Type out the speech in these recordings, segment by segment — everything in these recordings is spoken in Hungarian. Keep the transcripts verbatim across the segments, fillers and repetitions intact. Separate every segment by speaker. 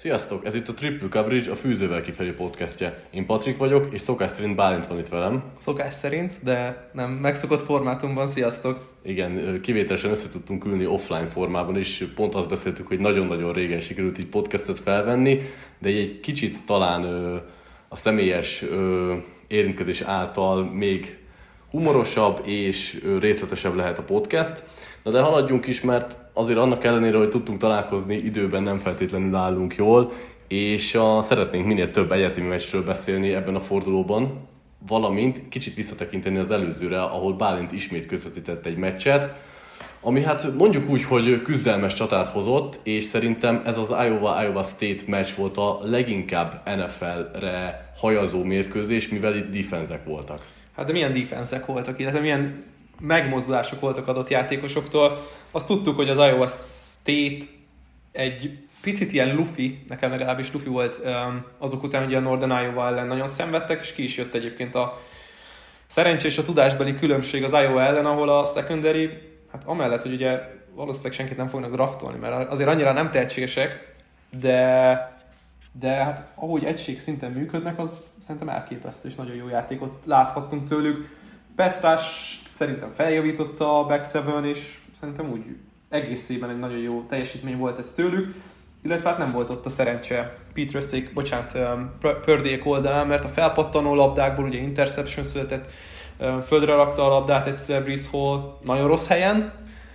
Speaker 1: Sziasztok! Ez itt a Triple Coverage, a Fűzővel kifelé podcastje. Én Patrik vagyok, és szokás szerint Bálint van itt velem.
Speaker 2: Szokás szerint, de nem megszokott formátumban. Sziasztok!
Speaker 1: Igen, kivételesen össze tudtunk ülni offline formában is. Pont azt beszéltük, hogy nagyon-nagyon régen sikerült így podcastet felvenni, de egy kicsit talán ö, a személyes ö, érintkezés által még humorosabb és ö, részletesebb lehet a podcast. Na de haladjunk is, mert azért annak ellenére, hogy tudtunk találkozni, időben nem feltétlenül állunk jól, és a, szeretnénk minél több egyetemi meccsről beszélni ebben a fordulóban, valamint kicsit visszatekinteni az előzőre, ahol Bálint ismét közvetített egy meccset, ami hát mondjuk úgy, hogy küzdelmes csatát hozott, és szerintem ez az Iowa-Iowa State meccs volt a leginkább en ef el-re hajazó mérkőzés, mivel itt defensek voltak.
Speaker 2: Hát de milyen defensek voltak, illetve milyen megmozdulások voltak adott játékosoktól. Azt tudtuk, hogy az Iowa State egy picit ilyen lufi, nekem legalábbis lufi volt azok után, hogy a Northern Iowa ellen nagyon szenvedtek, és ki is jött egyébként a szerencsés és a tudásbeli különbség az Iowa ellen, ahol a secondary, hát amellett, hogy ugye valószínűleg senkit nem fognak draftolni, mert azért annyira nem tehetségesek, de, de hát ahogy egység szinten működnek, az szerintem elképesztő, és nagyon jó játékot láthattunk tőlük. Pass szerintem feljavította a back seven, és szerintem úgy egészében egy nagyon jó teljesítmény volt ez tőlük, illetve hát nem volt ott a szerencse Petrusék, bocsánat, um, Purdyék oldalán, mert a felpattanó labdákból ugye interception született, um, földre rakta a labdát egyszer Breece Hall nagyon rossz helyen,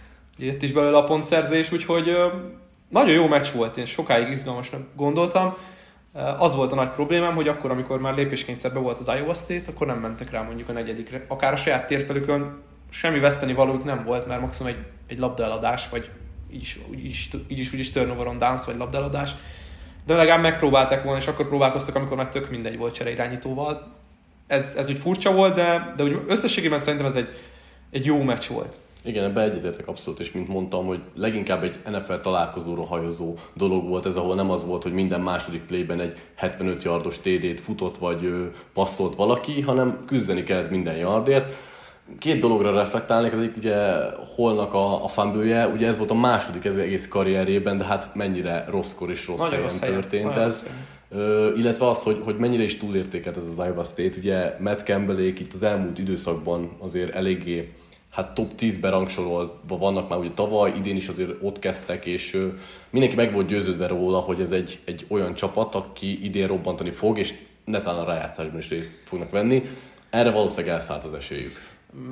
Speaker 2: itt is belőle a pontszerzés, úgyhogy um, nagyon jó meccs volt, én sokáig izgalmasnak gondoltam. Uh, az volt a nagy problémám, hogy akkor, amikor már lépéskényszerben volt az Iowa State, akkor nem mentek rá mondjuk a negyedikre. Akár a saját térfelükön semmi veszteni valójuk nem volt, mert maximum egy, egy labdaeladás, vagy így is, így is, így is, úgy is turnover on downs, vagy labdaeladás. De legalább megpróbálták volna, és akkor próbálkoztak, amikor már tök mindegy volt csereirányítóval. Ez, ez úgy furcsa volt, de, de úgy összességében szerintem ez egy, egy jó meccs volt.
Speaker 1: Igen, ebbe egyetértek abszolút, és mint mondtam, hogy leginkább egy en ef el találkozóra hajozó dolog volt ez, ahol nem az volt, hogy minden második playben egy hetvenöt yardos té dét futott vagy ö, passzolt valaki, hanem küzdeni kellett minden yardért. Két dologra reflektálnék, ez egyik ugye Hallnak a, a fumble-je, ugye ez volt a második ez egész karrierjében, de hát mennyire rosszkor és rossz
Speaker 2: nagyon
Speaker 1: helyen
Speaker 2: rossz
Speaker 1: történt
Speaker 2: helyen.
Speaker 1: ez. Ö, illetve az, hogy, hogy mennyire is túlértékelt ez az Iowa State, ugye Matt Campbellék itt az elmúlt időszakban azért eléggé hát top tízbe rangsorolva vannak már ugye tavaly, idén is azért ott kezdtek, és ö, mindenki meg volt győződve róla, hogy ez egy, egy olyan csapat, aki idén robbantani fog, és netán a rájátszásban is részt fognak venni. Erre valószínűleg elszállt az esélyük.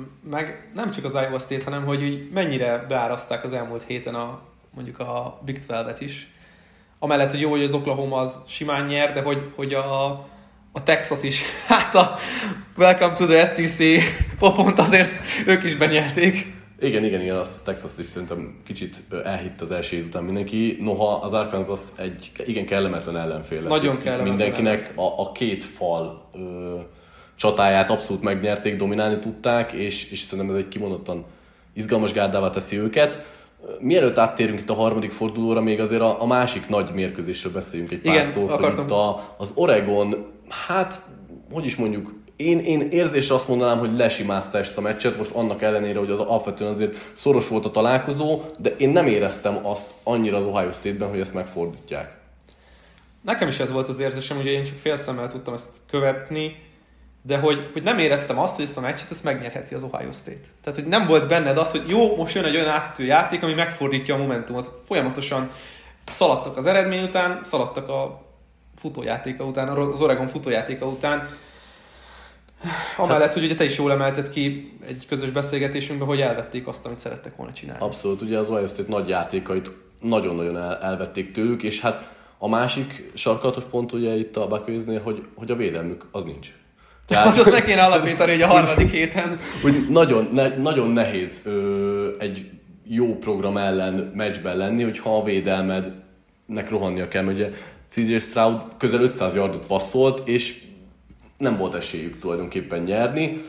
Speaker 2: Meg nem csak az Iowa State, hanem hogy úgy mennyire beáraszták az elmúlt héten a, mondjuk a Big tizenkettőt is. Amellett, hogy jó, hogy az Oklahoma az simán nyer, de hogy, hogy a, a Texas is, hát a Welcome to the es í cé popont azért ők is benyerték.
Speaker 1: Igen, igen, igen, az Texas is szerintem kicsit elhitt az első hét után mindenki. Noha az Arkansas egy igen kellemetlen ellenfél lesz.
Speaker 2: Nagyon
Speaker 1: itt,
Speaker 2: kellemetlen.
Speaker 1: Itt mindenkinek a, a két fal ö, csatáját abszolút megnyerték, dominálni tudták, és, és szerintem ez egy kimondottan izgalmas gárdává teszi őket. Mielőtt áttérünk itt a harmadik fordulóra, még azért a, a másik nagy mérkőzésről beszéljünk egy pár
Speaker 2: igen,
Speaker 1: szót,
Speaker 2: akartam.
Speaker 1: hogy itt a, az Oregon, hát, hogy is mondjuk, én, én érzésre azt mondanám, hogy lesimázta ezt a meccset, most annak ellenére, hogy az alapvetően azért szoros volt a találkozó, de én nem éreztem azt annyira az Ohio State-ben, hogy ezt megfordítják.
Speaker 2: Nekem is ez volt az érzésem, ugye én csak félszemmel tudtam ezt követni, de hogy, hogy nem éreztem azt, hogy ezt a meccset ezt megnyerheti az Ohio State. Tehát, hogy nem volt benned az, hogy jó, most jön egy olyan átütő játék, ami megfordítja a momentumot. Folyamatosan szaladtak az eredmény után, szaladtak a futójátéka után, az Oregon futójátéka után. Amellett, hát, hogy ugye te is jól emelted ki egy közös beszélgetésünkben, hogy elvették azt, amit szerettek volna csinálni.
Speaker 1: Abszolút, ugye az Ohio State nagy játékait nagyon-nagyon el, elvették tőlük, és hát a másik sarkalatos pont ugye itt a Buckeyesnél, hogy, hogy a védelmük az nincs.
Speaker 2: Tehát hát azt ne kéne alapítani, hogy a harmadik héten.
Speaker 1: Úgy nagyon, ne, nagyon nehéz ö, egy jó program ellen meccsben lenni, hogyha a védelmednek rohannia kell, mert ugye cé jé Stroud közel ötszáz yardot passzolt, és nem volt esélyük tulajdonképpen nyerni.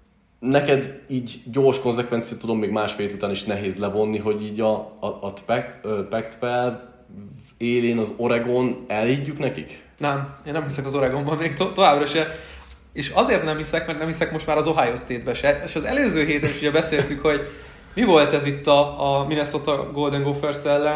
Speaker 1: Neked így gyors konzekvenciát tudom még másfél után is nehéz levonni, hogy így a, a, a Pac tizenkettő élén az Oregon elhiggyük nekik?
Speaker 2: Nem, én nem hiszek az Oregonban még to- továbbra se. És azért nem hiszek, mert nem hiszek most már az Ohio State-be se. És az előző héten is ugye beszéltük, hogy mi volt ez itt a, a Minnesota Golden Gophers ellen.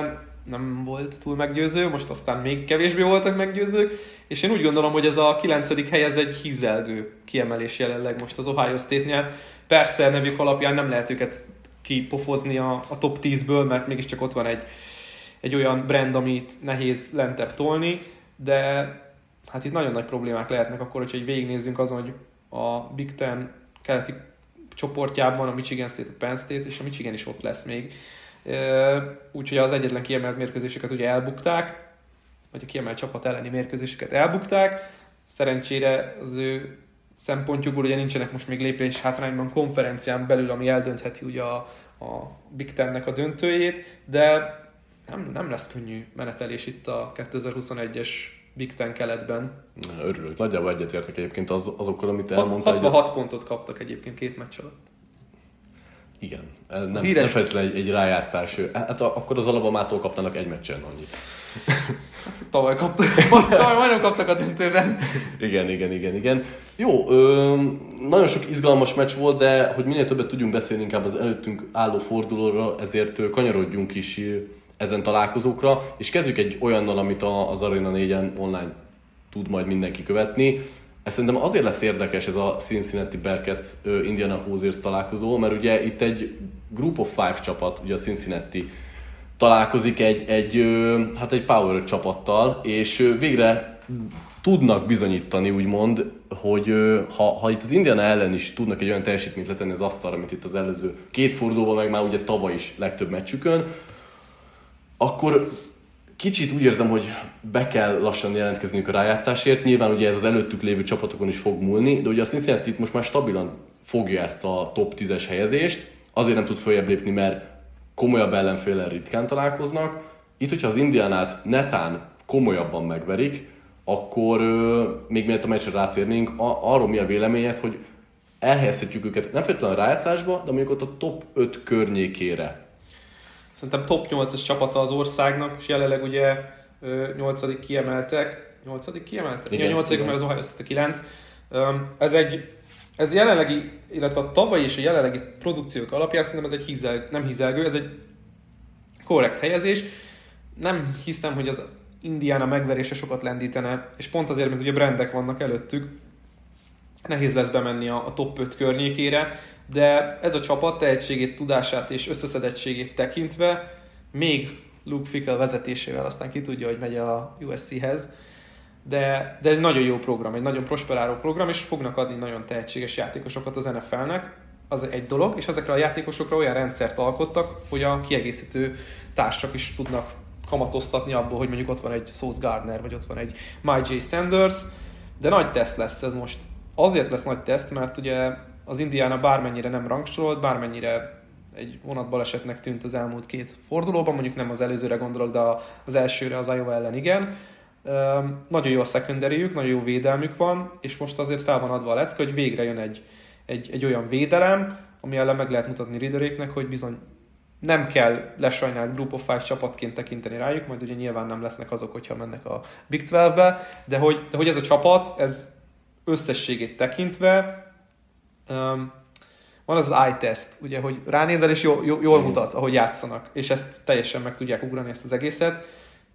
Speaker 2: nem volt túl meggyőző, most aztán még kevésbé voltak meggyőzők, és én úgy gondolom, hogy ez a kilencedik hely ez egy hízelgő kiemelés jelenleg most az Ohio State-nél. Persze nevük alapján nem lehet őket kipofozni a, a top tízből, mert mégiscsak ott van egy, egy olyan brand, amit nehéz lentebb tolni, de hát itt nagyon nagy problémák lehetnek akkor, hogyha így végignézzünk azon, hogy a Big Ten keleti csoportjában a Michigan State, a Penn State, és a Michigan is ott lesz még. Úgyhogy az egyetlen kiemelt mérkőzéseket ugye elbukták, vagy a kiemelt csapat elleni mérkőzéseket elbukták. Szerencsére az ő szempontjukból ugye nincsenek most még lépés hátrányban konferencián belül, ami eldöntheti ugye a, a Big Tennek a döntőjét, de nem, nem lesz könnyű menetelés itt a kétezer-huszonegyes Big Ten keletben.
Speaker 1: Örülök. Nagyjából egyetértek egyébként az, azokkal, amit elmondtál.
Speaker 2: hatvanhat pontot kaptak egyébként két meccs alatt.
Speaker 1: Igen. Nem, nem feltétlenül egy, egy rájátszás. Hát akkor az Alabamától kapnának egy meccsen annyit.
Speaker 2: Hát, tavaly kaptak, tavaly majdnem kaptak a döntőben.
Speaker 1: Igen, igen, igen, igen. Jó, ö, nagyon sok izgalmas meccs volt, de hogy minél többet tudjunk beszélni inkább az előttünk álló fordulóra, ezért kanyarodjunk is ezen találkozókra, és kezdjük egy olyannal, amit az Arena négyen online tud majd mindenki követni. Ez szerintem azért lesz érdekes ez a Cincinnati Bearcats Indiana Hoosiers találkozó, mert ugye itt egy Group of Five csapat, ugye a Cincinnati találkozik egy, egy, hát egy Power csapattal, és végre tudnak bizonyítani, úgymond, hogy ha, ha itt az Indiana ellen is tudnak egy olyan teljesítményt letenni az asztalra, mint itt az előző két fordulóban, meg már ugye tavaly is legtöbb meccsükön, akkor kicsit úgy érzem, hogy be kell lassan jelentkezniük a rájátszásért. Nyilván ugye ez az előttük lévő csapatokon is fog múlni, de ugye a Cincinnati itt most már stabilan fogja ezt a top tízes helyezést. Azért nem tud följebb lépni, mert komolyabb ellenféllel ritkán találkoznak. Itt, hogyha az Indianát netán komolyabban megverik, akkor még mielőtt a meccsre rátérnénk, arról mi a véleményed, hogy elhelyezhetjük őket nem feltétlenül a rájátszásba, de mondjuk ott a top öt környékére.
Speaker 2: Szerintem top nyolcas csapata az országnak, és jelenleg ugye nyolcadik kiemeltek. nyolcadik kiemeltek? Igen, nyolcadik, mert az Ohio State a kilenc. Ez egy, ez jelenlegi, illetve a tavalyi és a jelenlegi produkciók alapján szerintem ez egy hízel, nem hízelgő, ez egy korrekt helyezés. Nem hiszem, hogy az Indiana megverése sokat lendítene, és pont azért, mert ugye brandek vannak előttük, nehéz lesz bemenni a, a top öt környékére, de ez a csapat tehetségét, tudását és összeszedettségét tekintve, még Luke Fickell vezetésével, aztán ki tudja, hogy megy a U S C-hez, de, de egy nagyon jó program, egy nagyon prosperáló program, és fognak adni nagyon tehetséges játékosokat az N F L-nek, az egy dolog, és ezekre a játékosokra olyan rendszert alkottak, hogy a kiegészítő társak is tudnak kamatoztatni abból, hogy mondjuk ott van egy Sauce Gardner, vagy ott van egy Myjai Sanders, de nagy teszt lesz ez most. Azért lesz nagy teszt, mert ugye az Indiana bármennyire nem rangsorolt, bármennyire egy vonatbalesetnek tűnt az elmúlt két fordulóban, mondjuk nem az előzőre gondolok, de az elsőre az Iowa ellen igen. Nagyon jó a secondary-jük, nagyon jó védelmük van, és most azért fel van adva a lecke, hogy végre jön egy, egy, egy olyan védelem, ami ellen meg lehet mutatni Ridderéknek, hogy bizony nem kell lesajnált Group of Five csapatként tekinteni rájuk, majd ugye nyilván nem lesznek azok, hogyha mennek a Big tizenkettőbe, de hogy, de hogy ez a csapat, ez összességét tekintve, um, van az az eye test, ugye, hogy ránézel és jól, jól, jól mutat, ahogy játszanak, és ezt teljesen meg tudják ugrani, ezt az egészet.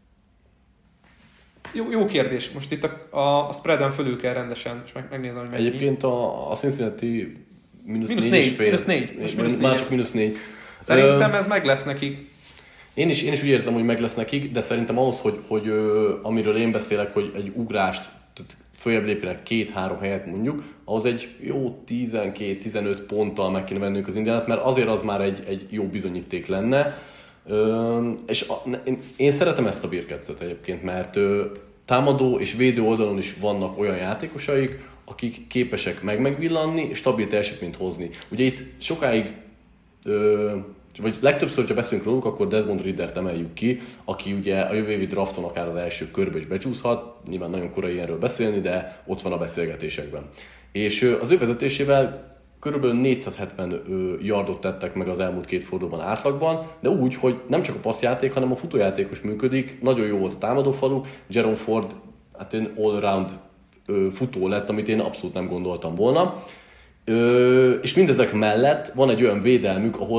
Speaker 2: Jó, jó kérdés, most itt a, a, a spreaden fölül kell rendesen, és meg, megnézem, hogy mennyi.
Speaker 1: Egyébként a, a Cincinnati mínusz
Speaker 2: négy,
Speaker 1: négy, fél,
Speaker 2: mínusz négy, most mínusz
Speaker 1: már csak mínusz négy.
Speaker 2: Szerintem ez meg lesz nekik.
Speaker 1: Én is, én is úgy érzem, hogy meg lesz nekik, de szerintem ahhoz, hogy, hogy ö, amiről én beszélek, hogy egy ugrást, tehát följebb lépjenek két-három helyet mondjuk, ahhoz egy jó tizenkét-tizenöt ponttal meg kéne vennünk az Indiánát, mert azért az már egy, egy jó bizonyíték lenne. Ö, és a, én, én szeretem ezt a Bearcatset egyébként, mert ö, támadó és védő oldalon is vannak olyan játékosaik, akik képesek meg-megvillanni és stabil teljesítményt hozni. Ugye itt sokáig Ö, vagy legtöbbször, ha beszélünk róluk, akkor Desmond Riddert emeljük ki, aki ugye a jövő évi drafton akár az első körbe is becsúszhat, nyilván nagyon korai ilyenről beszélni, de ott van a beszélgetésekben. És ö, az ő vezetésével körülbelül négyszázhetven yardot tettek meg az elmúlt két fordulóban átlagban, de úgy, hogy nem csak a passzjáték, hanem a futójátékos működik, nagyon jó volt a támadófalu, Jerome Ford hát én all-around futó lett, amit én abszolút nem gondoltam volna. Ö, és mindezek mellett van egy olyan védelmük, ahol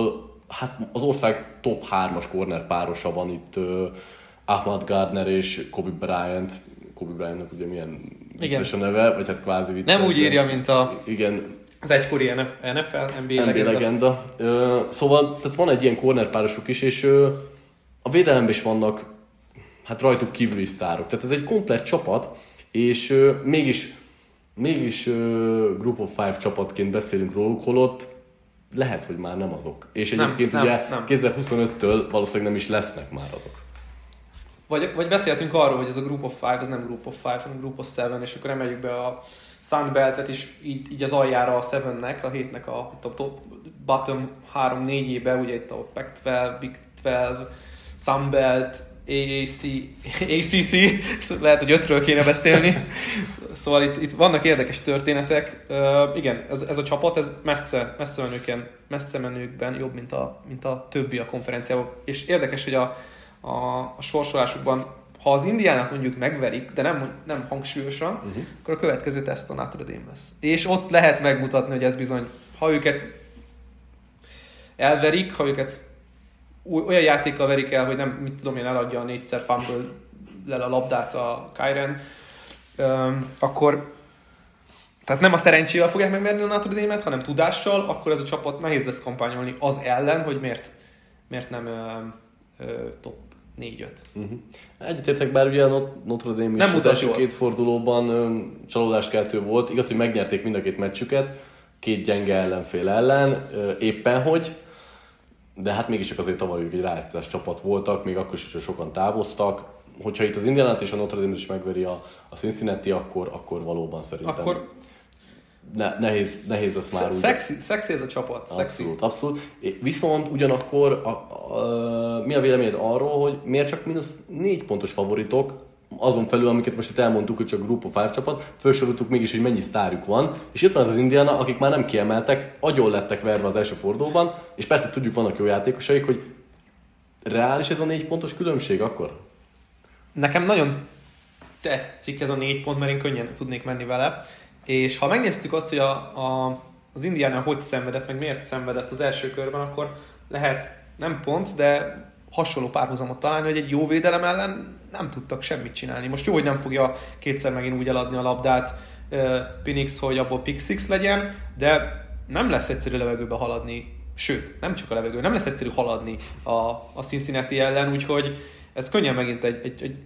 Speaker 1: hát az ország top hármas corner párosa van itt, uh, Ahmad Gardner és Kobe Bryant. Kobe Bryantnak ugye milyen vicces a neve, vagy hát kvázi vicces.
Speaker 2: Nem úgy írja, mint a,
Speaker 1: igen,
Speaker 2: az egykori en ef el, en bé á
Speaker 1: legenda. legenda. Uh, szóval tehát van egy ilyen corner párosuk is, és uh, a védelemben is vannak hát rajtuk kívüli sztárok. Tehát ez egy komplett csapat, és uh, mégis, mégis uh, Group of Five csapatként beszélünk róluk, holott lehet, hogy már nem azok. És egyébként nem, ugye nem, nem. kétezer-huszonöttől valószínűleg nem is lesznek már azok.
Speaker 2: Vagy, vagy beszéltünk arról, hogy ez a Group of Five, az nem Group of Five, hanem Group of Seven, és akkor emeljük be a Sunbeltet is így, így az aljára a Sevennek, a hétnek a, a top, bottom három-négyébe, ugye itt a Pac tizenkettő, Big tizenkettő, Sunbelt, á cé cé, lehet, hogy ötről kéne beszélni. Szóval itt, itt vannak érdekes történetek. Uh, igen, ez, ez a csapat, ez messze, messze menőken, messze menőkben jobb, mint a, mint a többi a konferenciában. És érdekes, hogy a, a, a sorsolásukban, ha az Indiánát mondjuk megverik, de nem, nem hangsúlyosan, uh-huh. akkor a következő teszt a Notre Dame lesz. És ott lehet megmutatni, hogy ez bizony, ha őket elverik, ha őket olyan játékkal verik el, hogy nem, mit tudom én, eladja a négyszer fumble-lel a labdát a Kyren, um, akkor tehát nem a szerencsével fogják megmerni a Notre Dame-et, hanem tudással, akkor ez a csapat nehéz lesz kampányolni az ellen, hogy miért, miért nem uh, uh, top négy-öt. Uh-huh.
Speaker 1: Egyetértek, bár ugye a Notre Dame is az első jól. két fordulóban um, csalódáskeltő volt. Igaz, hogy megnyerték mind a két meccsüket, két gyenge ellenfél ellen, uh, éppen hogy, de hát mégis csak azért tavaly ők egy rájátszás csapat voltak, még akkor is, hogy sokan távoztak. Hogyha itt az Indianát és a Notre Dame is megveri a, a Cincinnati, akkor, akkor valóban szerintem
Speaker 2: akkor
Speaker 1: ne, nehéz, nehéz lesz már
Speaker 2: szexi, úgy. Szexi ez a csapat.
Speaker 1: Abszolút,
Speaker 2: szexi.
Speaker 1: abszolút. Viszont ugyanakkor a, a, a, mi a véleményed arról, hogy miért csak mínusz négy pontos favoritok, azon felül, amiket most itt elmondtuk, hogy csak Group of Five csapat, felsoroltuk mégis, hogy mennyi sztárjuk van, és itt van az az Indiana, akik már nem kiemeltek, agyon lettek verve az első fordulóban, és persze tudjuk, vannak jó játékosaik, hogy reális ez a négy pontos különbség akkor?
Speaker 2: Nekem nagyon tetszik ez a négy pont, mert én könnyen tudnék menni vele, és ha megnéztük azt, hogy a, a, az Indiana hogy szenvedett, meg miért szenvedett az első körben, akkor lehet nem pont, de hasonló párhuzamot találni, hogy egy jó védelem ellen nem tudtak semmit csinálni. Most jó, hogy nem fogja kétszer megint úgy eladni a labdát uh, Penix, hogy abból pick six legyen, de nem lesz egyszerű levegőbe haladni, sőt, nem csak a levegő, nem lesz egyszerű haladni a, a Cincinnati ellen, úgyhogy ez könnyen megint egy, egy, egy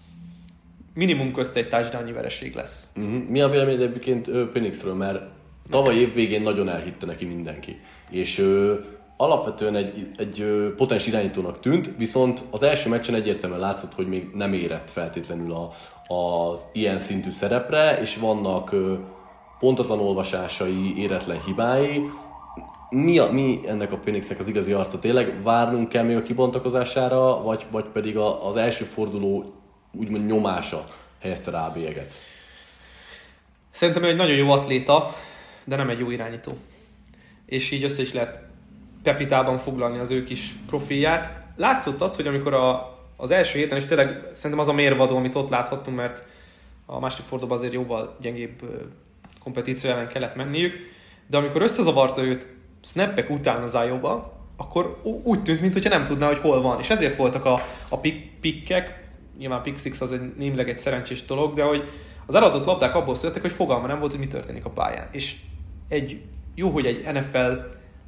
Speaker 2: minimum közt egy touchdown-nyi vereség lesz.
Speaker 1: Uh-huh. Mi a véleményed egyébként Penixről, mert tavaly év végén nagyon elhitte neki mindenki, és uh, alapvetően egy, egy potens irányítónak tűnt, viszont az első meccsen egyértelműen látszott, hogy még nem érett feltétlenül a, az ilyen szintű szerepre, és vannak pontatlan olvasásai, éretlen hibái. Mi, a, mi ennek a Penixnek az igazi arca? Tényleg várnunk kell még a kibontakozására, vagy, vagy pedig a, az első forduló úgymond nyomása helyezte rá a bélyeget?
Speaker 2: Szerintem ő egy nagyon jó atléta, de nem egy jó irányító. És így össze is lehet Pepitában foglalni az ő kis profilját. Látszott az, hogy amikor a, az első héten, és tényleg szerintem az a mérvadó, amit ott láthattunk, mert a második fordulóban azért jóval gyengébb kompetíció ellen kellett menniük, de amikor összezavarta őt snappek után az Iowa, akkor úgy tűnt, mintha nem tudná, hogy hol van. És ezért voltak a, a pikkek, nyilván pick six az egy némileg egy szerencsés dolog, de hogy az eladott labdák abból születtek, hogy fogalma nem volt, hogy mi történik a pályán. És egy jó, hogy egy en ef el,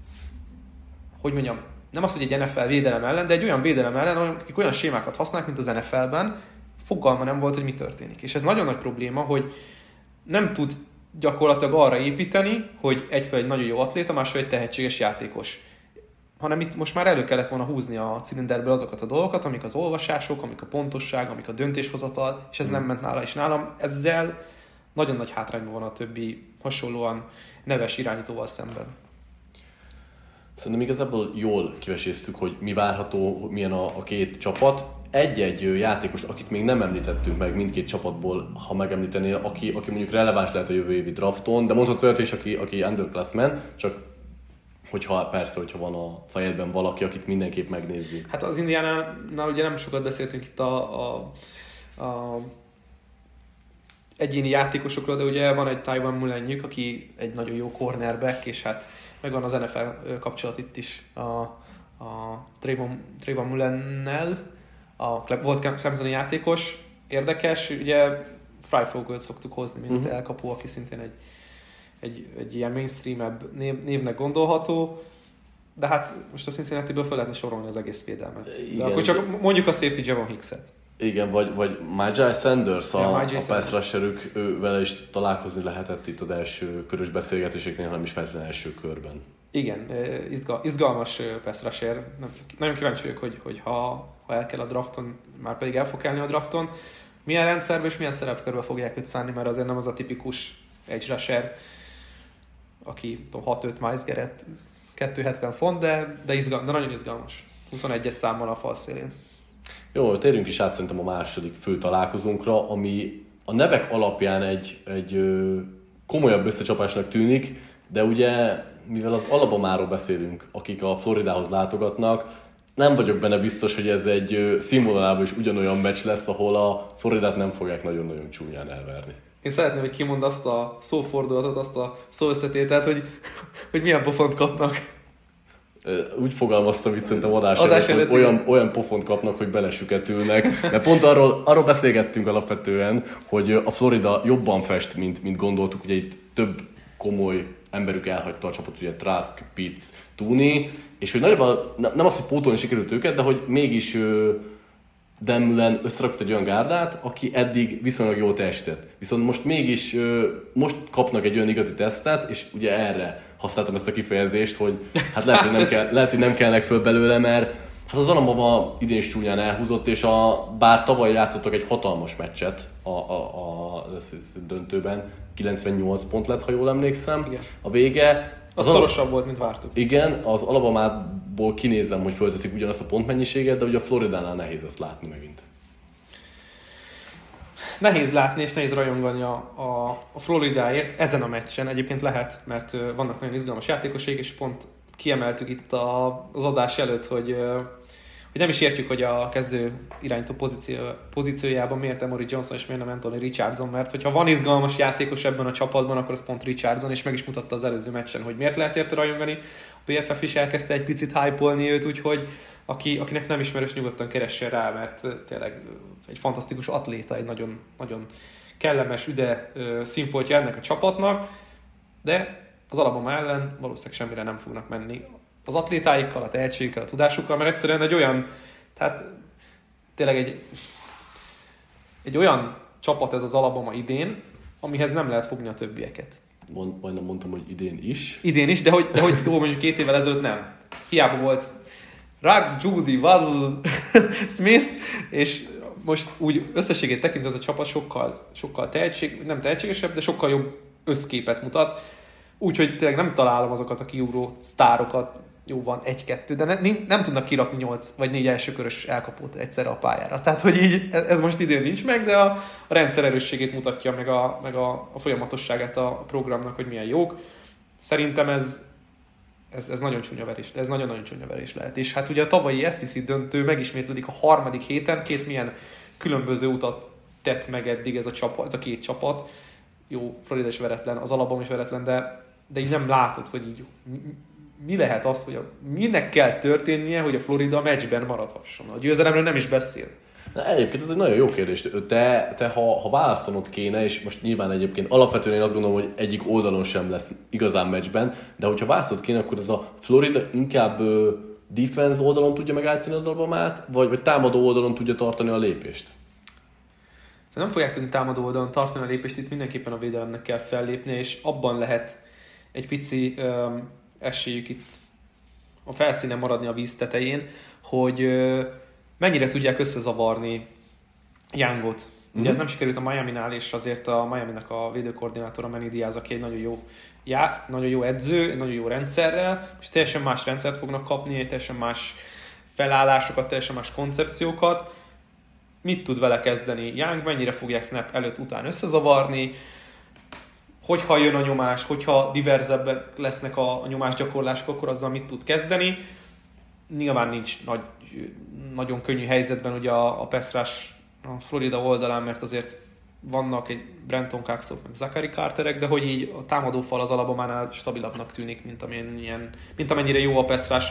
Speaker 2: hogy mondjam, nem az, hogy egy en ef el védelem ellen, de egy olyan védelem ellen, akik olyan sémákat használnak, mint az en ef el-ben, fogalma nem volt, hogy mi történik. És ez nagyon nagy probléma, hogy nem tud gyakorlatilag arra építeni, hogy egyfelől egy nagyon jó atléta, másfelől egy tehetséges játékos. Hanem itt most már elő kellett volna húzni a cilinderből azokat a dolgokat, amik az olvasások, amik a pontosság, amik a döntéshozatal, és ez hmm. nem ment nála, és nálam ezzel nagyon nagy hátrányban van a többi hasonlóan neves irányítóval szemben.
Speaker 1: Szerintem igazából jól kiveséztük, hogy mi várható, milyen a, a két csapat. Egy-egy játékost, akit még nem említettünk meg mindkét csapatból, ha megemlítenél, aki, aki mondjuk releváns lehet a jövő évi drafton, de mondhatsz olyat is, aki, aki underclassman, csak hogyha persze, hogyha van a fejedben valaki, akit mindenképp megnézzük.
Speaker 2: Hát az Indiánánál ugye nem sokat beszéltünk itt a, a, a egyéni játékosokról, de ugye van egy Tywan Mullenjük, aki egy nagyon jó cornerback, és hát megvan az en ef el kapcsolat itt is a, a Trayvon, Trayvon Mullennel, a volt Clemsoni játékos, érdekes, ugye Fry Fogelt szoktuk hozni, mint uh-huh. elkapó, aki szintén egy, egy, egy ilyen mainstream-ebb név, névnek gondolható, de hát most a Cincinnati-ből fel lehetne sorolni az egész védelmet. Igen, de akkor csak mondjuk a safety Javon Hickset.
Speaker 1: Igen, vagy, vagy Myjai Sanders, a, ja, a pass rusherük, ő vele is találkozni lehetett itt az első körös beszélgetéseknél, hanem is feltétlenül első körben.
Speaker 2: Igen, izgal, izgalmas pass rusher. Nagyon kíváncsi vagyok, hogy, hogy ha, ha el kell a drafton, már pedig el fog kelni a drafton, milyen rendszerben és milyen szerepkörbe fogják őt szánni, mert azért nem az a tipikus edge rusher, aki hat öt Myles Garrett, kétszázhetven font, de, de, izgal, de nagyon izgalmas. huszonegyes számmal a fal szélén.
Speaker 1: Jó, térjünk is át szerintem a második fő találkozónkra, ami a nevek alapján egy, egy ö, komolyabb összecsapásnak tűnik, de ugye, mivel az Alabamáról beszélünk, akik a Floridához látogatnak, nem vagyok benne biztos, hogy ez egy ö, színvonalában is ugyanolyan meccs lesz, ahol a Floridát nem fogják nagyon-nagyon csúnyán elverni. Én
Speaker 2: szeretném, hogy kimond azt a szófordulatot, azt a szóösszetételt, hogy, hogy milyen pofont kapnak.
Speaker 1: Úgy fogalmaztam itt szerintem adás, adás előtt, hogy olyan, olyan pofont kapnak, hogy belesüketülnek. Mert pont arról, arról beszélgettünk alapvetően, hogy a Florida jobban fest, mint, mint gondoltuk. Ugye itt több komoly emberük elhagyta a csapat, ugye Trask, Pitts, Tooney, és hogy nagyjából nem az, hogy pótolni sikerült őket, de hogy mégis Dan Mullen összerakott egy olyan gárdát, aki eddig viszonylag jól teljesített. Viszont most mégis most kapnak egy olyan igazi tesztet, és ugye erre használtam ezt a kifejezést, hogy hát lehet, hogy nem, kell, lehet, hogy nem kellnek föl belőle, mert hát az Alabama idén is csúnyán elhúzott, és a, bár tavaly játszottak egy hatalmas meccset a, a, a, a döntőben, kilencvennyolc pont lett, ha jól emlékszem, igen. A vége.
Speaker 2: Az, az szorosabb volt, mint vártuk.
Speaker 1: Igen, az Alabamából kinézem, hogy fölteszik ugyanazt a pontmennyiséget, de ugye a Floridánál nehéz ezt látni megint.
Speaker 2: Nehéz látni és nehéz rajongani a, a, a Floridáért ezen a meccsen. Egyébként lehet, mert vannak nagyon izgalmas játékosok, és pont kiemeltük itt a, az adás előtt, hogy, hogy nem is értjük, hogy a kezdő irányító pozíció, pozíciójában miért Emory Johnson és miért nem Anthony Richardson, mert hogyha van izgalmas játékos ebben a csapatban, akkor az pont Richardson, és meg is mutatta az előző meccsen, hogy miért lehet érte rajongani. A pé ef ef is elkezdte egy picit hype-olni őt, úgyhogy aki, akinek nem ismerős, nyugodtan keressen rá, mert tényleg egy fantasztikus atléta, egy nagyon, nagyon kellemes, üde színfoltja ennek a csapatnak, de az Alabama ellen valószínűleg semmire nem fognak menni. Az atlétáikkal, a tehetségükkel, a tudásukkal, mert egyszerűen egy olyan, tehát tényleg egy, egy olyan csapat ez az Alabama idén, amihez nem lehet fogni a többieket.
Speaker 1: Mond, majdnem mondtam, hogy idén is.
Speaker 2: Idén is, de hogy, de hogy jó, mondjuk két évvel ezelőtt nem. Hiába volt Ruggs, Judy, Waddle, Smith, és most úgy összességét tekintve ez a csapat sokkal, sokkal tehetség, nem tehetségesebb, de sokkal jobb összképet mutat. Úgyhogy tényleg nem találom azokat a kiugró sztárokat, jó van, egy-kettő, de ne, nem tudnak kirakni nyolc vagy négy elsőkörös elkapót egyszerre a pályára. Tehát, hogy így ez most idén nincs meg, de a, a rendszer erősségét mutatja, meg a, meg a, a folyamatosságát a programnak, hogy milyen jók. Szerintem ez Ez, ez nagyon csúnya verés, ez nagyon-nagyon csúnya verés lehet. És hát ugye a tavalyi es í cé döntő megismétlődik a harmadik héten, két milyen különböző utat tett meg eddig ez a csapat, ez a két csapat. Jó, Florida is veretlen, az Alabama is veretlen, de, de így nem látod, hogy így mi, mi lehet az, hogy a, minek kell történnie, hogy a Florida a meccsben maradhasson. A győzelemről nem is beszél.
Speaker 1: Na, egyébként ez egy nagyon jó kérdés. Te, te ha, ha választanod kéne, és most nyilván egyébként alapvetően én azt gondolom, hogy egyik oldalon sem lesz igazán meccsben, de hogyha választanod kéne, akkor ez a Florida inkább uh, defense oldalon tudja megállítani az Alabamát, vagy, vagy támadó oldalon tudja tartani a lépést?
Speaker 2: Nem fogják tudni támadó oldalon tartani a lépést, itt mindenképpen a védelemnek kell fellépni, és abban lehet egy pici um, esélyük itt a felszínen maradni a víz tetején, hogy uh, mennyire tudják összezavarni Youngot. Ugye mm-hmm. ez nem sikerült a Miami-nál, és azért a Miami-nak a védőkoordinátora Manny Diaz, aki egy nagyon jó, já, nagyon jó edző, egy nagyon jó rendszerrel, és teljesen más rendszert fognak kapni, teljesen más felállásokat, teljesen más koncepciókat. Mit tud vele kezdeni Young, mennyire fogják snap előtt után összezavarni, hogyha jön a nyomás, hogyha diverzebbek lesznek a, a nyomásgyakorlások, akkor azzal mit tud kezdeni. Nyilván nincs nagy, nagyon könnyű helyzetben ugye a, a pass rush a Florida oldalán, mert azért vannak egy Brenton Coxok, meg Zachary Carterek, de hogy így a támadófal az Alabamánál stabilabbnak tűnik, mint, amilyen, mint amennyire jó a pass rush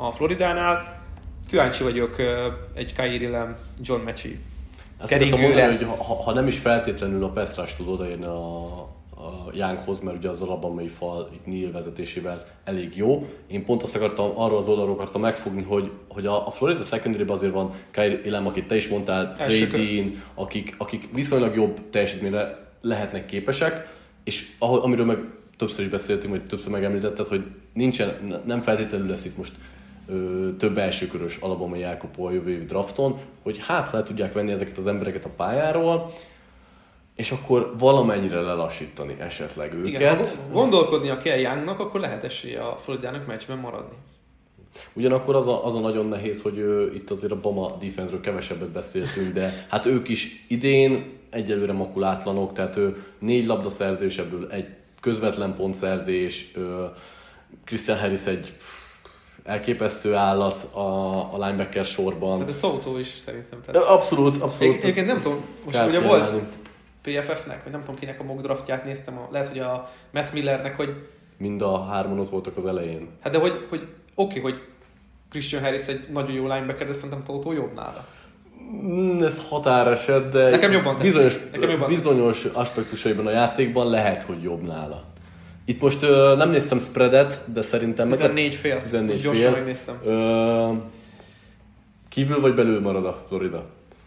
Speaker 2: a Floridánál. Kíváncsi vagyok egy Kaiir Elam, John Mechie
Speaker 1: keringőre. Mondani, hogy ha, ha nem is feltétlenül a pass rush tud odaérni a, a Younghoz, mert ugye az alabamai fal itt Neal vezetésével elég jó. Én pont azt akartam, arról az oldalról akartam megfogni, hogy, hogy a, a Florida secondary-ben azért van Kaiir Elam, akit te is mondtál, Trey Dean, akik, akik viszonylag jobb teljesítményre lehetnek képesek, és ahol, amiről meg többször is beszéltünk, vagy többször megemlítetted, hogy nincsen, nem feltétlenül lesz itt most ö, több elsőkörös alabamai elkapó a jövő évi drafton, hogy hát ha le tudják venni ezeket az embereket a pályáról, és akkor valamennyire lelassítani esetleg őket. Igen, ha
Speaker 2: gondolkodnia kell Youngnak, akkor lehet esélye a Floridának meccsben maradni.
Speaker 1: Ugyanakkor az a, az a nagyon nehéz, hogy ö, itt azért a Bama defense-ről kevesebbet beszéltünk, de hát ők is idén egyelőre makulátlanok, tehát ő négy labdaszerzés, ebből egy közvetlen pontszerzés, ö, Christian Harris egy elképesztő állat a, a linebacker sorban.
Speaker 2: Tehát a Toto is szerintem. Tehát...
Speaker 1: Abszolút, abszolút.
Speaker 2: Egyébként nem tudom, most ugye volt pé ef ef-nek, vagy nem tudom kinek a mock draftját néztem, a, lehet, hogy a Matt Millernek, hogy...
Speaker 1: Mind a hárman ott voltak az elején.
Speaker 2: Hát de hogy, hogy oké, okay, hogy Christian Harris egy nagyon jó linebacker, de szerintem Toto jobb nála.
Speaker 1: Mm, ez határeset, de
Speaker 2: Nekem jobban
Speaker 1: bizonyos,
Speaker 2: Nekem jobban
Speaker 1: bizonyos aspektusaiban a játékban lehet, hogy jobb nála. Itt most ö, nem néztem spreadet, de szerintem...
Speaker 2: tizennégy fél.
Speaker 1: tizennégy fél.
Speaker 2: Gyorsan megnéztem.
Speaker 1: Ö, kívül vagy belül marad a Florida?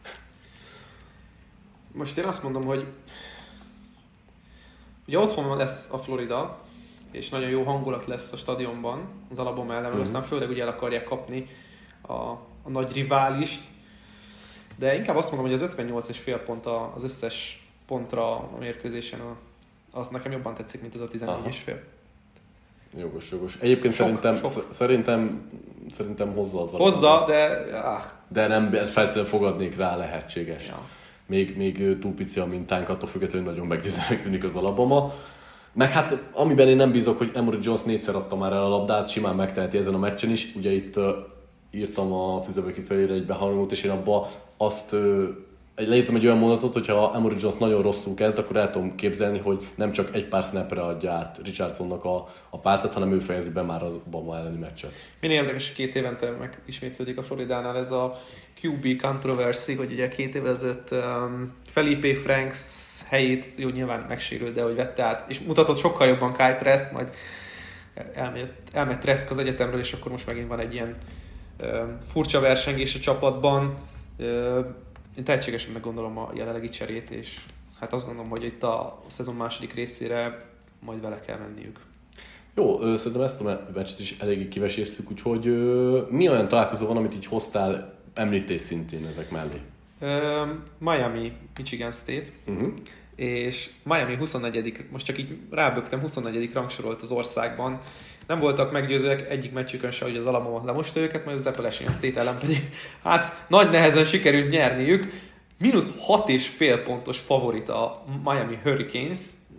Speaker 2: Most én azt mondom, hogy ugye otthon lesz a Florida, és nagyon jó hangulat lesz a stadionban, az Alabama ellen, uh-huh. aztán főleg ugye el akarják kapni a, a nagy riválist, de inkább azt mondom, hogy az ötvennyolc és fél pont az összes pontra a mérkőzésen, a, az nekem jobban tetszik, mint az a tizennégy és fél.
Speaker 1: Jogos, jogos. Egyébként sok, szerintem, sok. szerintem szerintem hozza az Alabama.
Speaker 2: Hozza, de... Ah.
Speaker 1: De nem feltétlenül fogadnék rá, lehetséges. Ja. Még, még túl pici a mintánk, attól függetlenül nagyon meggyőzőnek tűnik az Alabama. Meg hát, amiben én nem bízok, hogy Emory Jones négyszer adta már el a labdát, simán megteheti ezen a meccsen is. Ugye itt uh, írtam a Füzeböki felére egy beharangót, és én abba azt uh, leírtam egy olyan mondatot, hogyha Emory Jones nagyon rosszul kezd, akkor el tudom képzelni, hogy nem csak egy pár snapre adja át Richardsonnak a, a pálcát, hanem ő fejezi be már az Obama elleni meccset.
Speaker 2: Minél érdekes, két évente megismétlődik a Floridánál ez a kú bé controversy, hogy ugye két évvel ezelőtt um, Felipe Franks helyét, jó, nyilván megsérült, de hogy vette át, és mutatott sokkal jobban Kyle Trask, majd elmegy, elmegy Trask az egyetemről, és akkor most megint van egy ilyen um, furcsa versengés a csapatban. Uh, én tehetségesen meggondolom a jelenlegi cserét, és hát azt gondolom, hogy itt a szezon második részére majd vele kell menniük.
Speaker 1: Jó, szerintem ezt a meccset is eléggé kiveséztük, úgyhogy mi olyan találkozó van, amit így hoztál említés szintén ezek mellé?
Speaker 2: Uh, Miami, Michigan State, uh-huh. és Miami huszonnegyedik, most csak így rábögtem, huszonnegyedik rangsorolt az országban. Nem voltak meggyőzőek egyik meccsükön se, hogy az Alabama lemosta őket, majd az Appalachian State ellen pedig hát nagy nehezen sikerült nyerniük. Mínusz hat és fél pontos favorit a Miami Hurricanes.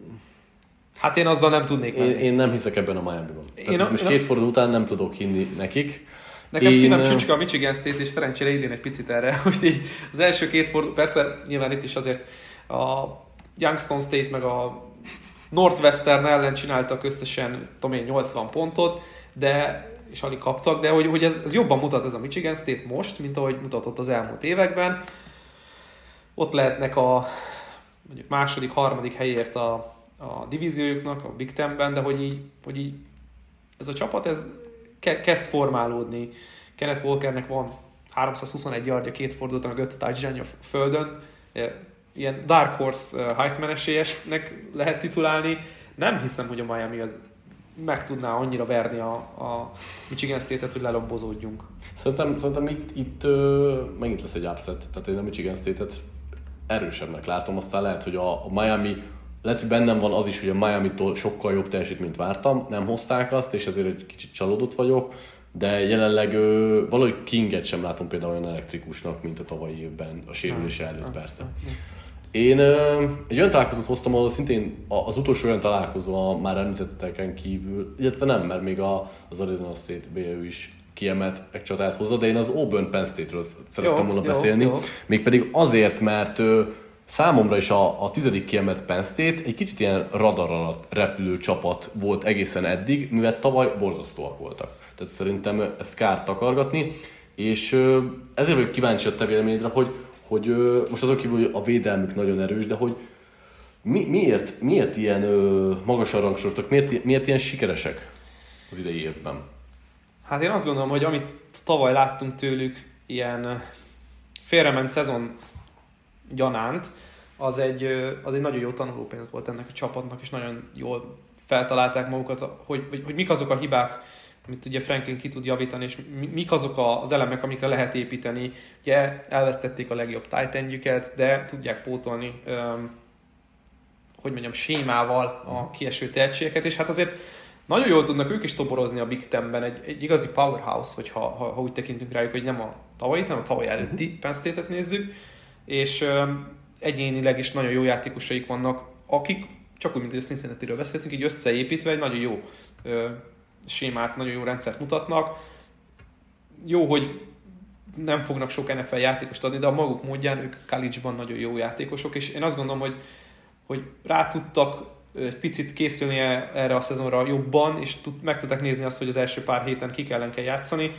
Speaker 2: Hát én azzal nem tudnék menni.
Speaker 1: Én, én nem hiszek ebben a Miami-ban. Tehát a, most két forduló után nem tudok hinni nekik.
Speaker 2: Nekem én... szívem csücske a Michigan State, és szerencsére idén egy picit erre. Most így az első két forduló, persze nyilván itt is azért a Youngstown State meg a Northwestern ellen csináltak összesen, tudom én, nyolcvan pontot, de, és alig kaptak, de hogy, hogy ez, ez jobban mutat ez a Michigan State most, mint ahogy mutatott az elmúlt években. Ott lehetnek a mondjuk második, harmadik helyért a, a divíziójuknak, a Big Tenben, de hogy így, hogy így ez a csapat ez ke- kezd formálódni. Kenneth Walkernek van háromszázhuszonegy yardja, két fordulóta, meg öt touchdownja a földön. Ilyen Dark Horse Heisman esélyesnek lehet titulálni. Nem hiszem, hogy a Miami az meg tudná annyira verni a, a Michigan State-et, hogy lelombozódjunk.
Speaker 1: Szerintem, szerintem itt, itt ö, megint lesz egy upset. Tehát én a Michigan State-et erősebbnek látom. Aztán lehet, hogy a, a Miami, lehet, hogy bennem van az is, hogy a Miami-tól sokkal jobb teljesítményt vártam. Nem hozták azt, és ezért egy kicsit csalódott vagyok. De jelenleg ö, valahogy Kinget sem látom például olyan elektrikusnak, mint a tavalyi évben, a sérülése előtt persze. Én ö, egy olyan találkozót hoztam, ahol szintén az utolsó olyan találkozó a már említetteken kívül, illetve nem, mert még a, az Arizona State bé u is kiemelt egy csatát hozza, de én az Auburn Penn State-ről szerettem volna beszélni. Jó. Mégpedig azért, mert ö, számomra is a, a tizedik kiemelt Penn State egy kicsit ilyen radar alatt repülő csapat volt egészen eddig, mivel tavaly borzasztóak voltak. tehát szerintem ezt kár takargatni, és ezért vagyok kíváncsi a te véleményedre, hogy, hogy most azon kívül, hogy a védelmük nagyon erős, de hogy mi, miért, miért ilyen magasan rangsoroltak, miért, miért ilyen sikeresek az idei évben?
Speaker 2: Hát én azt gondolom, hogy amit tavaly láttunk tőlük ilyen félrement szezon gyanánt, az egy, az egy nagyon jó tanulópénz volt ennek a csapatnak, és nagyon jól feltalálták magukat, hogy, hogy, hogy mik azok a hibák, amit ugye Franklin ki tud javítani, és mik azok az elemek, amikre lehet építeni. Ugye elvesztették a legjobb tight endjüket, de tudják pótolni, um, hogy mondjam, sémával a kieső tehetségeket, és hát azért nagyon jól tudnak ők is toborozni a Big Tenben, egy, egy igazi powerhouse, hogyha ha, ha úgy tekintünk rájuk, hogy nem a tavalyi, hanem a tavaly előtti Penn State-et nézzük, és um, egyénileg is nagyon jó játékosaik vannak, akik, csak úgy, mint a Cincinnati-ről beszéltünk, így összeépítve egy nagyon jó uh, sémát, nagyon jó rendszert mutatnak. Jó, hogy nem fognak sok en ef el játékost adni, de a maguk módján ők college-ban nagyon jó játékosok, és én azt gondolom, hogy, hogy rá tudtak egy picit készülni erre a szezonra jobban, és tud, meg tudták nézni azt, hogy az első pár héten kik ellen kell játszani.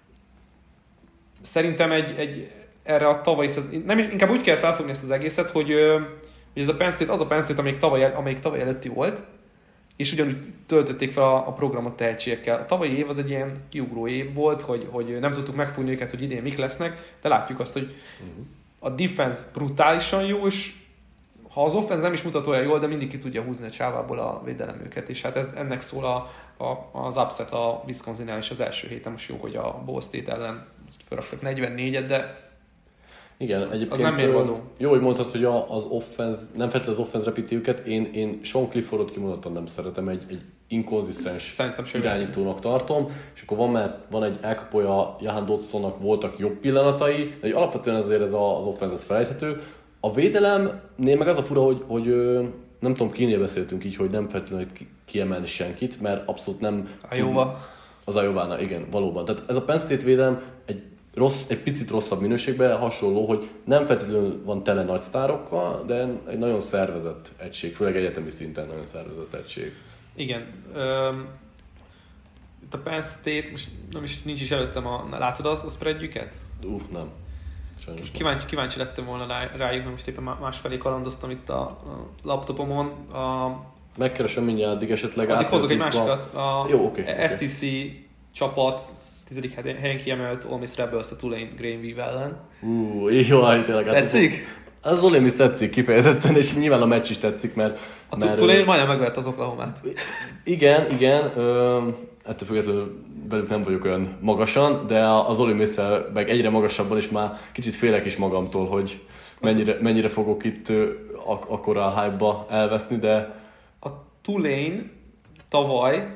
Speaker 2: Szerintem egy, egy erre a tavalyi szezon, nem is, inkább úgy kell felfogni ezt az egészet, hogy, hogy ez a Penn State, az a Penn State, amelyik tavaly, amelyik tavaly előtti volt, és ugyanúgy töltötték fel a, a programot tehetségekkel. A tavalyi év az egy ilyen kiugró év volt, hogy, hogy nem tudtuk megfogni őket, hogy idén mik lesznek, de látjuk azt, hogy a defense brutálisan jó, és ha az offense nem is mutat olyan jól, de mindig ki tudja húzni a csávából a védelem őket, és hát ez, ennek szól a, a, az upset a Wisconsin-nál is az első héten. Most jó, hogy a Ball State ellen felraktak negyvennégyet, de
Speaker 1: igen, egyébként
Speaker 2: nem mérvadó.
Speaker 1: Jó, hogy mondtad, hogy az offense, nem feltétlenül az offense repíti őket, én, én Sean Cliffordot kimondottan nem szeretem, egy, egy inkonzisztens irányítónak tartom, és akkor van, mert van egy elkapója, Jahan Dodsonnak voltak jobb pillanatai, de alapvetően ezért ez a, az offense ez felejthető. A védelemnél meg az a fura, hogy, hogy nem tudom, kinél beszéltünk így, hogy nem feltétlenül kiemelni senkit, mert abszolút nem...
Speaker 2: A jóva.
Speaker 1: Az a jóvánál, igen, valóban. Tehát ez a Penn State védelem egy rossz, egy picit rosszabb minőségben, hasonló, hogy nem feltétlenül van tele nagy sztárokkal, de egy nagyon szervezett egység, főleg egyetemi szinten nagyon szervezett egység.
Speaker 2: Igen. Um, itt a Penn State, most nem is, nincs is előttem a... Látod az, a spreadjüket?
Speaker 1: Uh, nem. Sajnos
Speaker 2: kíváncsi, kíváncsi lettem volna rá, rájuk, mert most éppen másfelé kalandoztam itt a, a laptopomon. A,
Speaker 1: Megkeresem mindjárt, addig esetleg
Speaker 2: addig hozok egy másikat. A
Speaker 1: Jó, okay,
Speaker 2: es e cé okay. Csapat tizedik helyen kiemelt Ole Miss Rebels a Tulane Greenville ellen.
Speaker 1: Uh, jó, tényleg.
Speaker 2: Tetszik?
Speaker 1: Az Ole Miss tetszik kifejezetten, és nyilván a meccs is tetszik, mert...
Speaker 2: A mert, Tulane majdnem megvert az Oklahomát.
Speaker 1: Igen, igen. Ö, ettől függetlenül belük nem vagyok olyan magasan, de az Ole Miss-szel meg egyre magasabban is már kicsit félek is magamtól, hogy mennyire, mennyire fogok itt ak- akkora a hype-ba elveszni, de...
Speaker 2: A Tulane tavaly,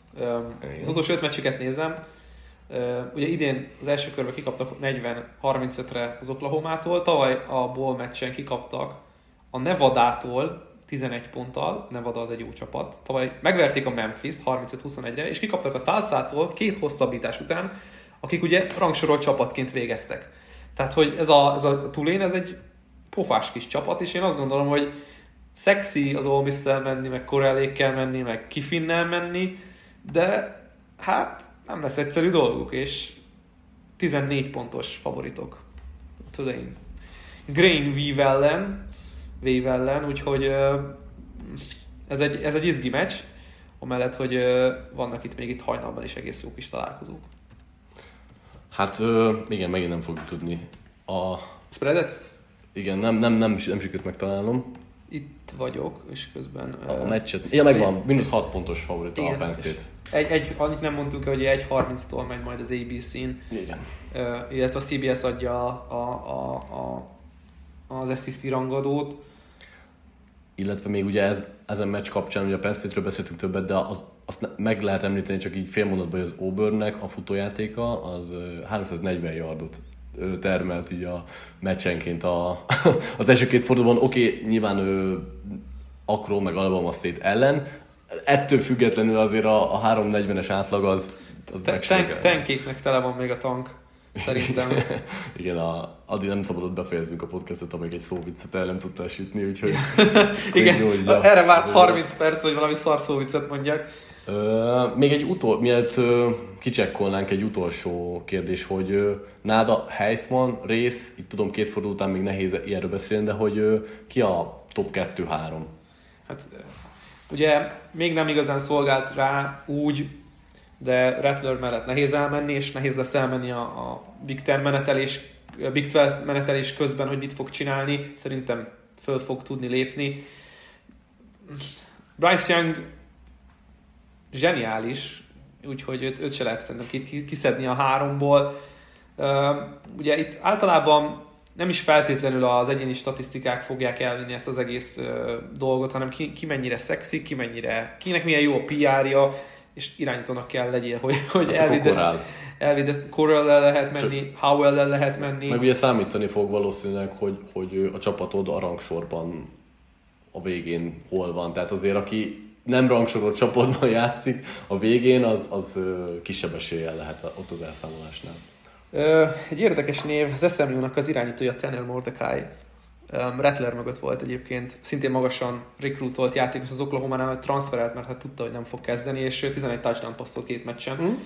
Speaker 2: az utolsó öt meccsüket nézem, ugye idén az első körben kikaptak negyven harmincötre az Oklahomától, tavaly a bowl meccsen kikaptak a Nevadától tizenegy ponttal, Nevada az egy jó csapat. Tavaly megverték a Memphis-t harmincöt huszonegyre, és kikaptak a Tulsától két hosszabbítás után, akik ugye rangsorolt csapatként végeztek. Tehát, hogy ez a, ez a Tulane, ez egy pofás kis csapat, és én azt gondolom, hogy szexi az Ole Miss-szel menni, meg Corellékkel menni, meg Kiffinnel menni, de hát nem lesz egyszerű dolguk, és tizennégy pontos favoritok. Tulane. Greenville ellen, Wave ellen, úgyhogy ez egy, ez egy izgi meccs, amellett, hogy vannak itt még itt hajnalban is egész jó kis találkozók.
Speaker 1: Hát igen, megint nem fogjuk tudni a...
Speaker 2: Spreadet?
Speaker 1: Igen, nem, nem, nem, nem sikerült megtalálnom.
Speaker 2: Itt vagyok, és közben...
Speaker 1: A uh, meccset... Ja, megvan, mínusz hat pontos favorit a Penn State.
Speaker 2: Egy, egy, annyit nem mondtunk, hogy egy harminctól megy majd az á bé cén.
Speaker 1: Igen.
Speaker 2: Uh, illetve a cé bé es adja a, a, a, az es e cé rangadót.
Speaker 1: Illetve még ugye ez, ezen meccs kapcsán, ugye a Penn State-ről beszéltünk többet, de az, azt meg lehet említeni csak így fél mondatban, hogy az Auburnnek a futójátéka az háromszáznegyven yardot termelt így a meccsenként a, az első két fordulóban. Oké, okay, nyilván ő Akron meg Alabama State ellen, ettől függetlenül azért a, a háromszáznegyvenes átlag az, az
Speaker 2: Ten, Tenkéknek tele van még a tank, szerintem.
Speaker 1: Igen, a, addig nem szabadott befejezzünk a podcastot, amíg egy szóviccet el nem tudtál sütni, úgyhogy...
Speaker 2: Igen, jó, erre vársz harminc perc, hogy valami szar szóviccet mondjak.
Speaker 1: Uh, még egy utol, mielőtt uh, kicsekkolnánk egy utolsó kérdés, hogy uh, Náda, Heisman, rész, itt tudom két forduló után még nehéz ilyenről beszélni, de hogy uh, ki a top kettő-három?
Speaker 2: Hát ugye még nem igazán szolgált rá úgy, de Rattler mellett nehéz elmenni, és nehéz lesz elmenni a, a Big Ten menetelés, a Big tizenkettő menetelés közben, hogy mit fog csinálni. Szerintem föl fog tudni lépni. Bryce Young zseniális, úgyhogy őt, őt se lehet szerintem kiszedni a háromból. Uh, ugye itt általában nem is feltétlenül az egyéni statisztikák fogják elvinni ezt az egész uh, dolgot, hanem ki, ki mennyire szexi, ki mennyire, kinek milyen jó a pé er-ja, és irányítónak kell legyél, hogy, hogy hát elvidd Corral-el lehet menni, csak Howell-el lehet menni.
Speaker 1: Meg ugye számítani fog valószínűleg, hogy, hogy a csapatod a rangsorban a végén hol van. Tehát azért, aki nem rangsorolt csapatban játszik, a végén az, az kisebb eséllyel lehet ott az elszámolásnál.
Speaker 2: Egy érdekes név, az es em u-nak az irányítója Tanner Mordecai. Rattler mögött volt egyébként, szintén magasan rekrútolt játékos az Oklahománál, transferelt, mert hát tudta, hogy nem fog kezdeni, és tizenegy touchdown passzolt két meccsen. Mm.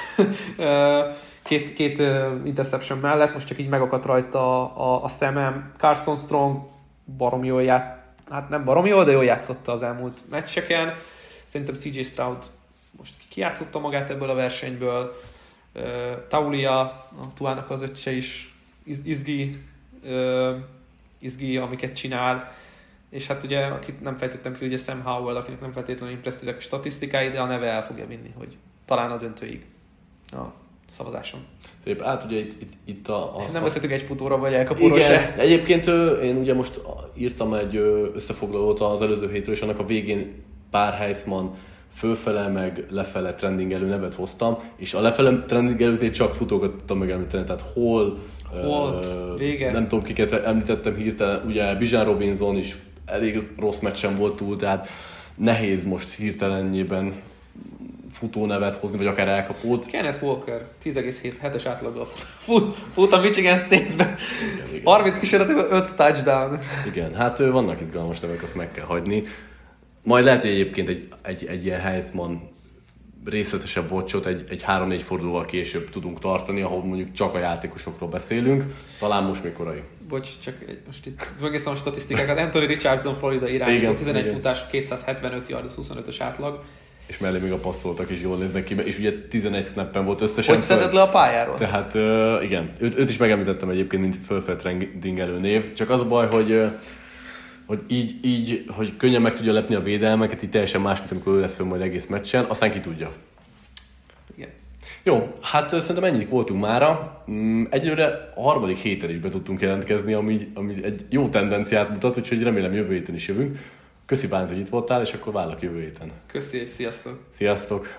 Speaker 2: két, két interception mellett, most csak így megakadt rajta a, a, a szemem. Carson Strong barom jól ját, hát nem barom jól, de jól játszotta az elmúlt meccseken. Szerintem cé jé Stroud most kijátszotta magát ebből a versenyből. Uh, Taulia, a Tuának az öccse is iz, izgi, uh, izgi, amiket csinál. És hát ugye, akit nem fejtettem ki, ugye Sam Howell, akinek nem feltétlenül impresszívek a statisztikái, de a neve el fogja vinni, hogy talán a döntőig a szavazáson.
Speaker 1: Szép, hát ugye itt, itt, itt a...
Speaker 2: Az, nem beszéltünk egy futóra, vagy elkapóra se.
Speaker 1: Egyébként én ugye most írtam egy összefoglalót az előző hétről, és annak a végén pár Heisman fölfele, meg lefele trendingelő nevet hoztam, és a lefele trendingelőt én csak futókat tudtam megemlíteni, tehát hol,
Speaker 2: hol
Speaker 1: uh, nem tudom kiket említettem hirtelen, ugye Bijan Robinson is elég rossz meccsen volt túl, tehát nehéz most hirtelenjében futónevet hozni, vagy akár elkapót.
Speaker 2: Kenneth Walker, tíz egész hetes átlaggal fut, fut a Michigan State-be. harminc kísérletében öt touchdown.
Speaker 1: Igen, hát vannak izgalmas nevek, azt meg kell hagyni. Majd lehet, hogy egyébként egy, egy, egy ilyen Heisman részletesebb watchot egy, egy három-négy fordulóval később tudunk tartani, ahol mondjuk csak a játékosokról beszélünk. Talán most még korai.
Speaker 2: Bocs, csak egy, most itt megnéztem a statisztikákat. Anthony Richardson, Florida irányító, tizenegy igen. futás, kétszázhetvenöt yard, huszonötös átlag.
Speaker 1: És mellé még a passzoltak is jól néznek ki, és ugye tizenegy snappen volt összesen.
Speaker 2: Hogy szedett le a pályáról?
Speaker 1: Tehát uh, igen, őt, őt is megemlítettem egyébként, mint fölfel trendingelő név. Csak az a baj, hogy uh, hogy így, így, hogy könnyen meg tudja lepni a védelmeket, így teljesen más, mint amikor ő lesz föl majd egész meccsen, aztán ki tudja.
Speaker 2: Igen.
Speaker 1: Jó, hát szerintem ennyit voltunk mára. Egyelőre a harmadik héten is be tudtunk jelentkezni, ami, ami egy jó tendenciát mutat, úgyhogy remélem jövő héten is jövünk. Köszi Bálint, hogy itt voltál, és akkor várlak jövő héten.
Speaker 2: Köszi, és sziasztok!
Speaker 1: Sziasztok!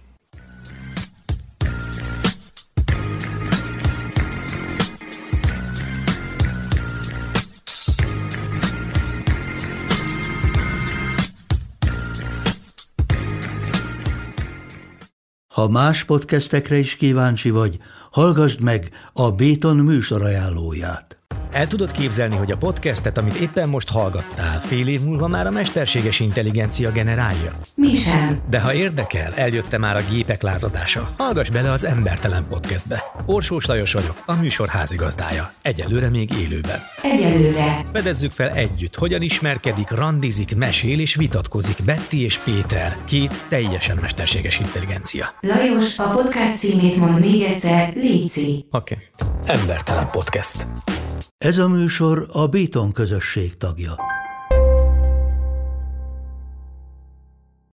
Speaker 3: Ha más podcastekre is kíváncsi vagy, hallgassd meg a Béton műsor ajánlóját.
Speaker 4: El tudod képzelni, hogy a podcastet, amit éppen most hallgattál, fél év múlva már a mesterséges intelligencia generálja?
Speaker 5: Mi sem.
Speaker 4: De ha érdekel, eljött már a gépek lázadása. Hallgass bele az Embertelen Podcastbe. Orsós Lajos vagyok, a műsor házigazdája. Egyelőre még élőben.
Speaker 5: Egyelőre.
Speaker 4: Fedezzük fel együtt, hogyan ismerkedik, randizik, mesél és vitatkozik Betty és Péter, két teljesen mesterséges intelligencia.
Speaker 5: Lajos, a podcast címét mond még egyszer, léci.
Speaker 4: Oké. Okay. Embertelen Podcast.
Speaker 3: Ez a műsor a Béton közösség tagja.